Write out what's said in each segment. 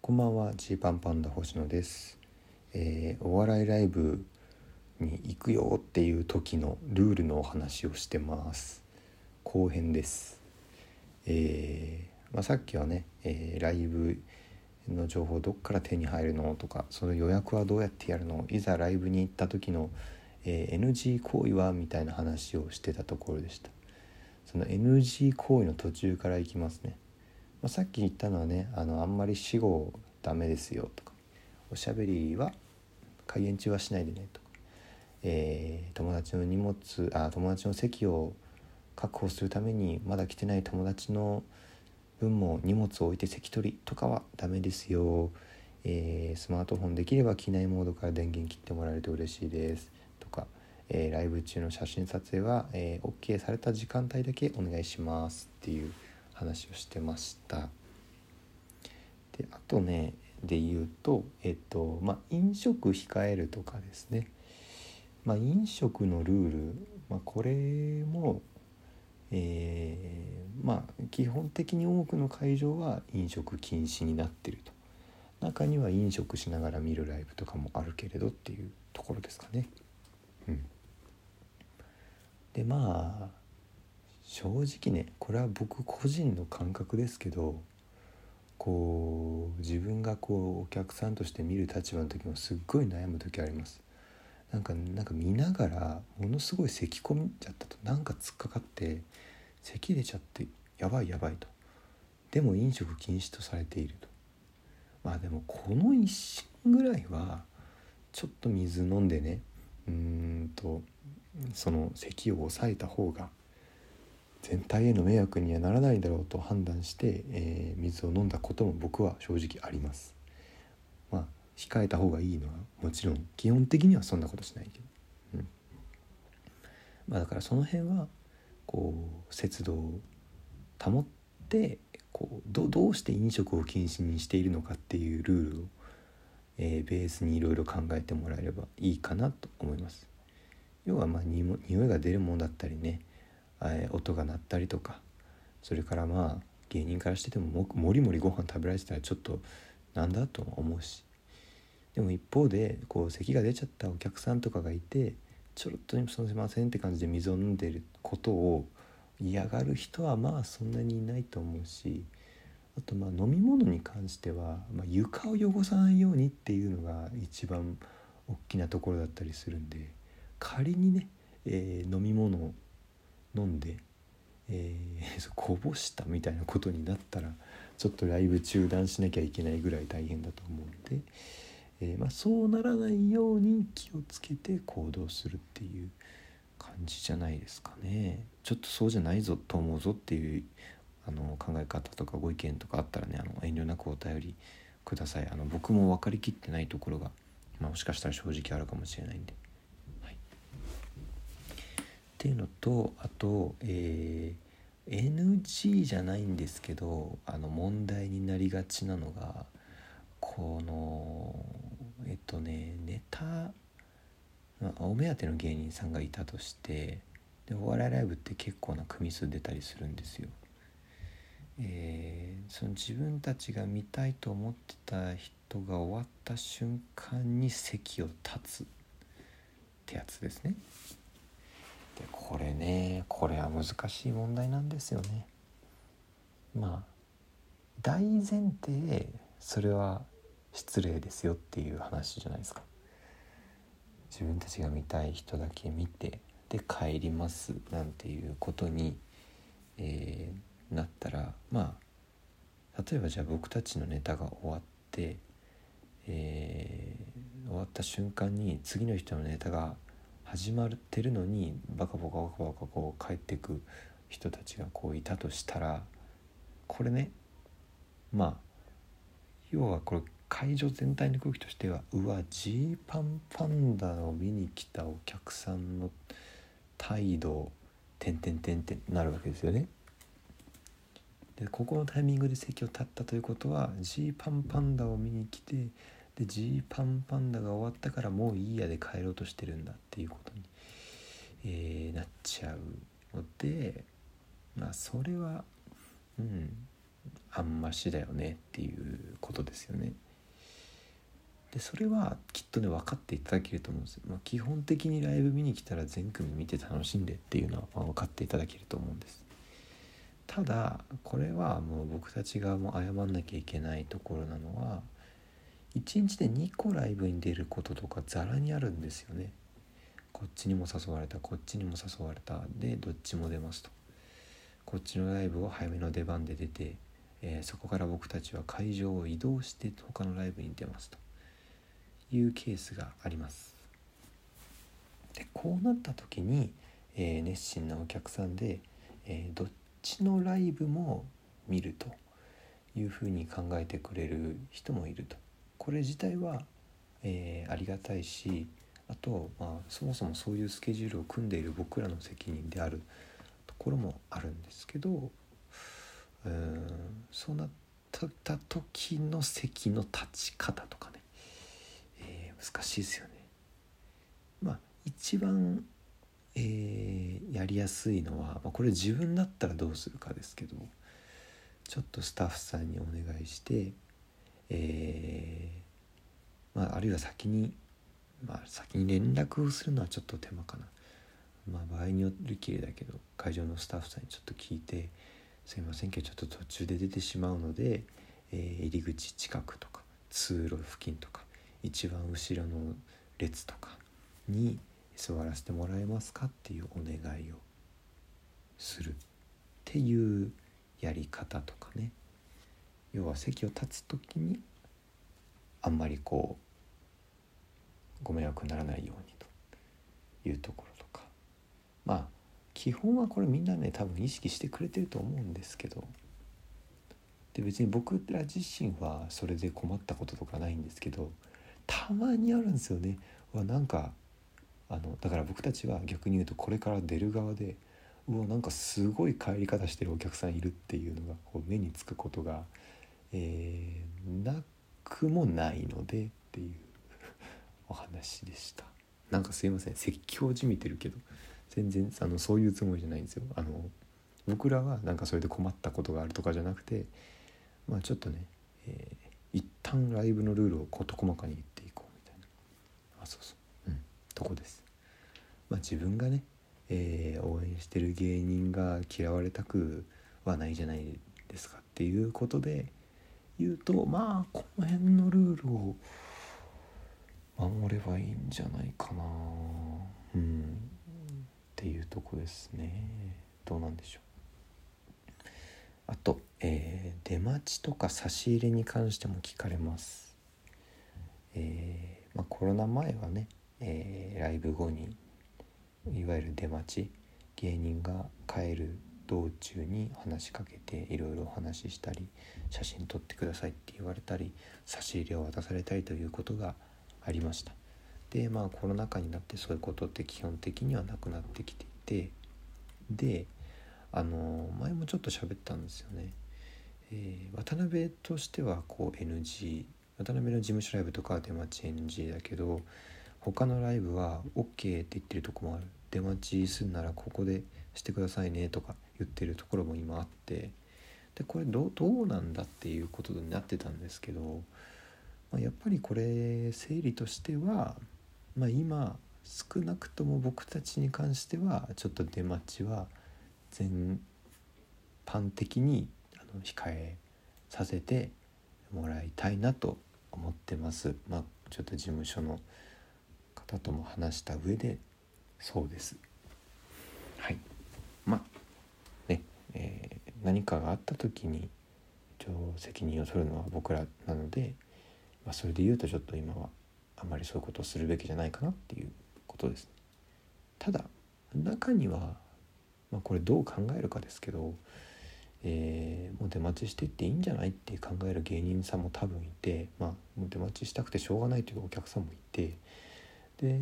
こんばんは、ジーパンパンダ星野です。お笑いライブに行くよっていう時のルールのお話をしてます。後編です。さっきはね、ライブの情報どっから手に入るのとか、その予約はどうやってやるの、いざライブに行った時の、NG 行為はみたいな話をしてたところでした。その NG 行為の途中からいきますね。さっき言ったのはね、あんまり死後ダメですよとか、おしゃべりは開演中はしないでねとか、友達の席を確保するためにまだ来てない友達の分も荷物を置いて席取りとかはダメですよ、スマートフォンできれば機内モードから電源切ってもらえると嬉しいですとか、ライブ中の写真撮影は、OK された時間帯だけお願いしますっていう話をしてました。であとねで言うと、飲食控えるとかですね。飲食のルール、これも、基本的に多くの会場は飲食禁止になってると。中には飲食しながら見るライブとかもあるけれどっていうところですかね。で正直ね、これは僕個人の感覚ですけど、自分がお客さんとして見る立場の時もすっごい悩む時あります。なんか見ながらものすごい咳込んじゃったと、なんか突っかかって咳出ちゃってやばいと。でも飲食禁止とされていると。でもこの一瞬ぐらいはちょっと水飲んでね、その咳を抑えた方が全体への迷惑にはならないだろうと判断して、水を飲んだことも僕は正直あります。控えた方がいいのはもちろん基本的にはそんなことしないけど、だからその辺は節度を保ってどうして飲食を禁止にしているのかっていうルールを、ベースにいろいろ考えてもらえればいいかなと思います。要は匂いが出るものだったりね、音が鳴ったりとか、それから芸人からしててももりもりご飯食べられてたらちょっとなんだと思うし、でも一方で咳が出ちゃったお客さんとかがいて、ちょろっとすいませんって感じで水を飲んでいることを嫌がる人はそんなにいないと思うし、あと飲み物に関しては、床を汚さないようにっていうのが一番大きなところだったりするんで、仮にね、飲み物を飲んで、こぼしたみたいなことになったらちょっとライブ中断しなきゃいけないぐらい大変だと思うんで、そうならないように気をつけて行動するっていう感じじゃないですかね。ちょっとそうじゃないぞと思うぞっていう考え方とかご意見とかあったらね、遠慮なくお便りください。僕も分かりきってないところが、もしかしたら正直あるかもしれないんで、っていうのと、あと、NG じゃないんですけど問題になりがちなのがネタ、お目当ての芸人さんがいたとして、でお笑いライブって結構な組数出たりするんですよ。その自分たちが見たいと思ってた人が終わった瞬間に席を立つってやつですね。でこれは難しい問題なんですよね。大前提それは失礼ですよっていう話じゃないですか。自分たちが見たい人だけ見てで帰りますなんていうことに、なったら、例えばじゃあ僕たちのネタが終わって、終わった瞬間に次の人のネタが始まってるのにバカ帰ってく人たちがいたとしたら、これね、要はこれ会場全体の空気としては、ジーパンパンダを見に来たお客さんの態度てんてなるわけですよね。でここのタイミングで席を立ったということは、ジーパンパンダを見に来て、でジーパンパンダが終わったからもういいやで帰ろうとしてるんだっていうことに、なっちゃうので、それはあんましだよねっていうことですよね。でそれはきっとね分かっていただけると思うんですよ。基本的にライブ見に来たら全組見て楽しんでっていうのは分かっていただけると思うんです。ただこれはもう僕たちがもう謝んなきゃいけないところなのは、1日で2個ライブに出ることとかざらにあるんですよね。こっちにも誘われた、こっちにも誘われたでどっちも出ますと。こっちのライブを早めの出番で出て、そこから僕たちは会場を移動して他のライブに出ますというケースがあります。でこうなった時に、熱心なお客さんで、どっちのライブも見るというふうに考えてくれる人もいると。これ自体は、ありがたいし、あと、そもそもそういうスケジュールを組んでいる僕らの責任であるところもあるんですけど、そうなった時の席の立ち方とかね、難しいですよね。一番、やりやすいのは、これ自分だったらどうするかですけど、ちょっとスタッフさんにお願いして、あるいは先に連絡をするのはちょっと手間かな。場合によるきりだけど、会場のスタッフさんにちょっと聞いて、すいませんけどちょっと途中で出てしまうので、入り口近くとか通路付近とか一番後ろの列とかに座らせてもらえますかっていうお願いをするっていうやり方とかね。要は席を立つ時にあんまりご迷惑にならないようにというところとか、基本はこれみんなね多分意識してくれてると思うんですけど、で別に僕ら自身はそれで困ったこととかないんですけど、たまにあるんですよね。だから僕たちは逆に言うとこれから出る側で、なんかすごい帰り方してるお客さんいるっていうのが目につくことが、なくもないのでっていうお話でした。なんかすいません、説教じみてるけど全然そういうつもりじゃないんですよ。僕らはなんかそれで困ったことがあるとかじゃなくて、ちょっとね、一旦ライブのルールを事細かに言っていこうみたいな、とこです。自分がね、応援してる芸人が嫌われたくはないじゃないですかっていうことで言うと、この辺のルールを守ればいいんじゃないかな、っていうとこですね。どうなんでしょう。あと、出待ちとか差し入れに関しても聞かれます。コロナ前はね、ライブ後にいわゆる出待ち、芸人が帰る道中に話しかけていろいろお話ししたり、写真撮ってくださいって言われたり、差し入れを渡されたりということがありました。でコロナ禍になってそういうことって基本的にはなくなってきていて、で前もちょっと喋ったんですよね。渡辺としてはNG、 渡辺の事務所ライブとかは出待ち NG だけど、他のライブは OK って言ってるとこもある。出待ちするならここでしてくださいねとか言ってるところも今あって、でこれどうなんだっていうことになってたんですけど、やっぱりこれ整理としては、今少なくとも僕たちに関してはちょっと出待ちは全般的に控えさせてもらいたいなと思ってます。ちょっと事務所の方とも話した上でそうです。はい。何かがあった時に責任を取るのは僕らなので、それで言うとちょっと今はあまりそういうことをするべきじゃないかなっていうことです。ただ中には、これどう考えるかですけど、もう出待ちしていっていいんじゃないって考える芸人さんも多分いて、もう出待ちしたくてしょうがないというお客さんもいて、で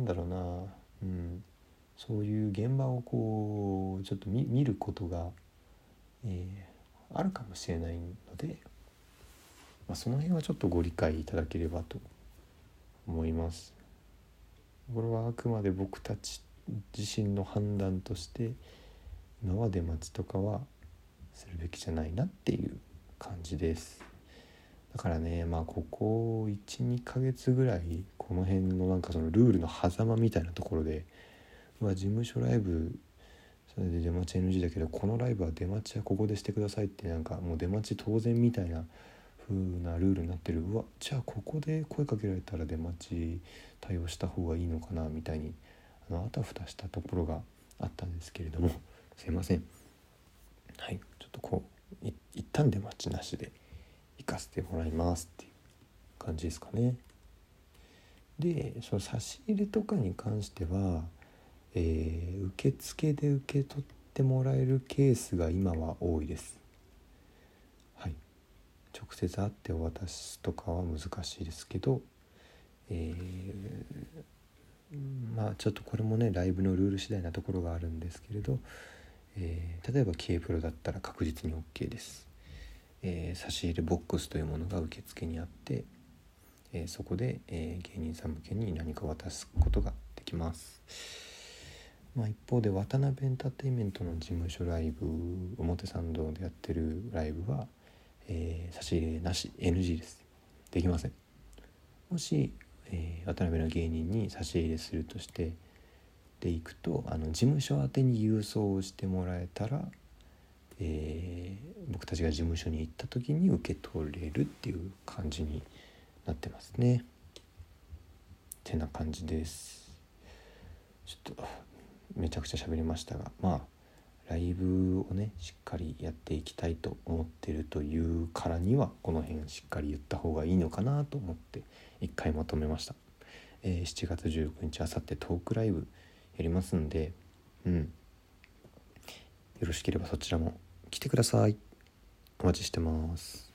そういう現場をちょっと見ることが、あるかもしれないので、その辺はちょっとご理解いただければと思います。これはあくまで僕たち自身の判断として、今は出待ちとかはするべきじゃないなっていう感じです。だからね、ここ 1,2 ヶ月ぐらいこの辺のなんかそのルールの狭間みたいなところで、事務所ライブそれで出待ち NG だけど、このライブは出待ちはここでしてくださいってなんかもう出待ち当然みたいな風なルールになってる。じゃあここで声かけられたら出待ち対応した方がいいのかなみたいにあたふたしたところがあったんですけれども、すいません。はい、ちょっと一旦出待ちなしで行かせてもらいますっていう感じですかね。で、その差し入れとかに関しては、受付で受け取ってもらえるケースが今は多いです。はい、直接会ってお渡しとかは難しいですけど、ちょっとこれもねライブのルール次第なところがあるんですけれど、例えば K プロだったら確実に OK です。差し入れボックスというものが受付にあって、そこで、芸人さん向けに何か渡すことができます。一方で渡辺エンターテインメントの事務所ライブ、表参道でやってるライブは、差し入れなし NG です。できません。もし、渡辺の芸人に差し入れするとしてでいくと、事務所宛てに郵送をしてもらえたら、僕たちが事務所に行った時に受け取れるっていう感じになってますね。てな感じです。ちょっとめちゃくちゃ喋りましたが、ライブをねしっかりやっていきたいと思ってるというからにはこの辺しっかり言った方がいいのかなと思って一回まとめました。7月16日あさってトークライブやりますんで、よろしければそちらも来てください。お待ちしてます。